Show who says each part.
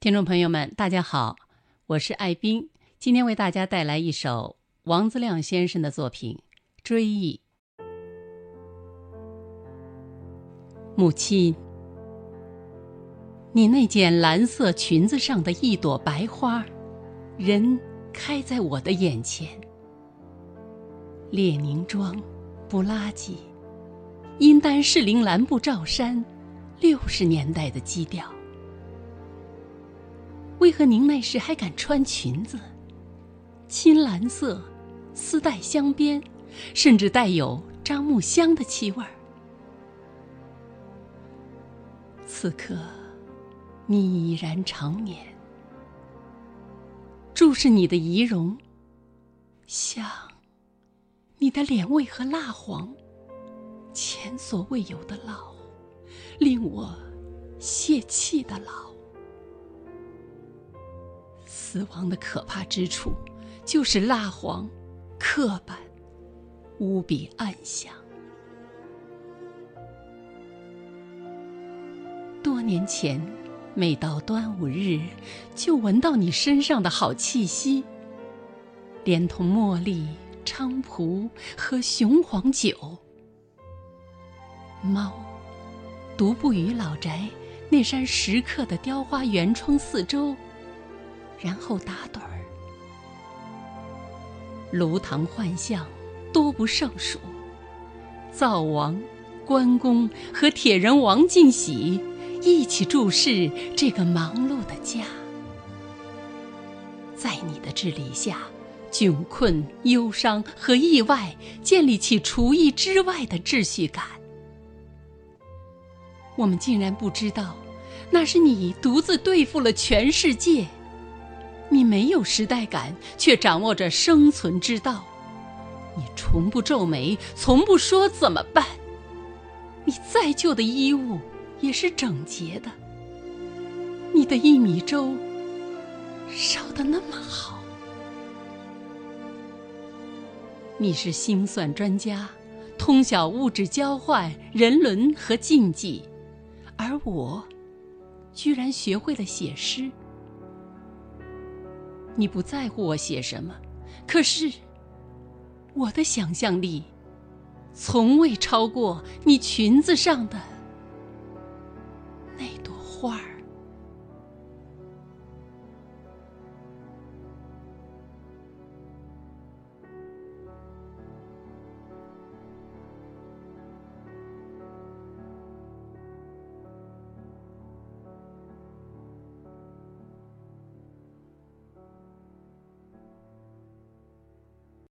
Speaker 1: 听众朋友们，大家好，我是艾斌，今天为大家带来一首王自亮先生的作品《追忆》。母亲，你那件蓝色裙子上的一朵白花，仍开在我的眼前。列宁庄、布拉吉、因丹士林蓝布罩衫，60年代的基调。为何您那时还敢穿裙子？青蓝色，丝带镶边，甚至带有樟木香的气味儿。此刻，你已然长眠。注视你的仪容，想你的脸为何蜡黄？前所未有的老，令我泄气的老。死亡的可怕之处，就是蜡黄、刻板、无比暗香。多年前，每到端午日，就闻到你身上的好气息，连同茉莉、菖蒲和雄黄酒。猫独步于老宅那扇石刻的雕花圆窗四周，然后打盹儿。炉膛幻象多不胜数，灶王、关公和铁人王进喜一起注视这个忙碌的家。在你的治理下，窘困、忧伤和意外建立起厨艺之外的秩序感。我们竟然不知道，那是你独自对付了全世界。你没有时代感，却掌握着生存之道。你从不皱眉，从不说怎么办。你再旧的衣物也是整洁的。你的薏米粥烧得那么好。你是心算专家，通晓物质交换、人伦和禁忌，而我居然学会了写诗。你不在乎我写什么，可是我的想象力从未超过你裙子上的那朵花儿。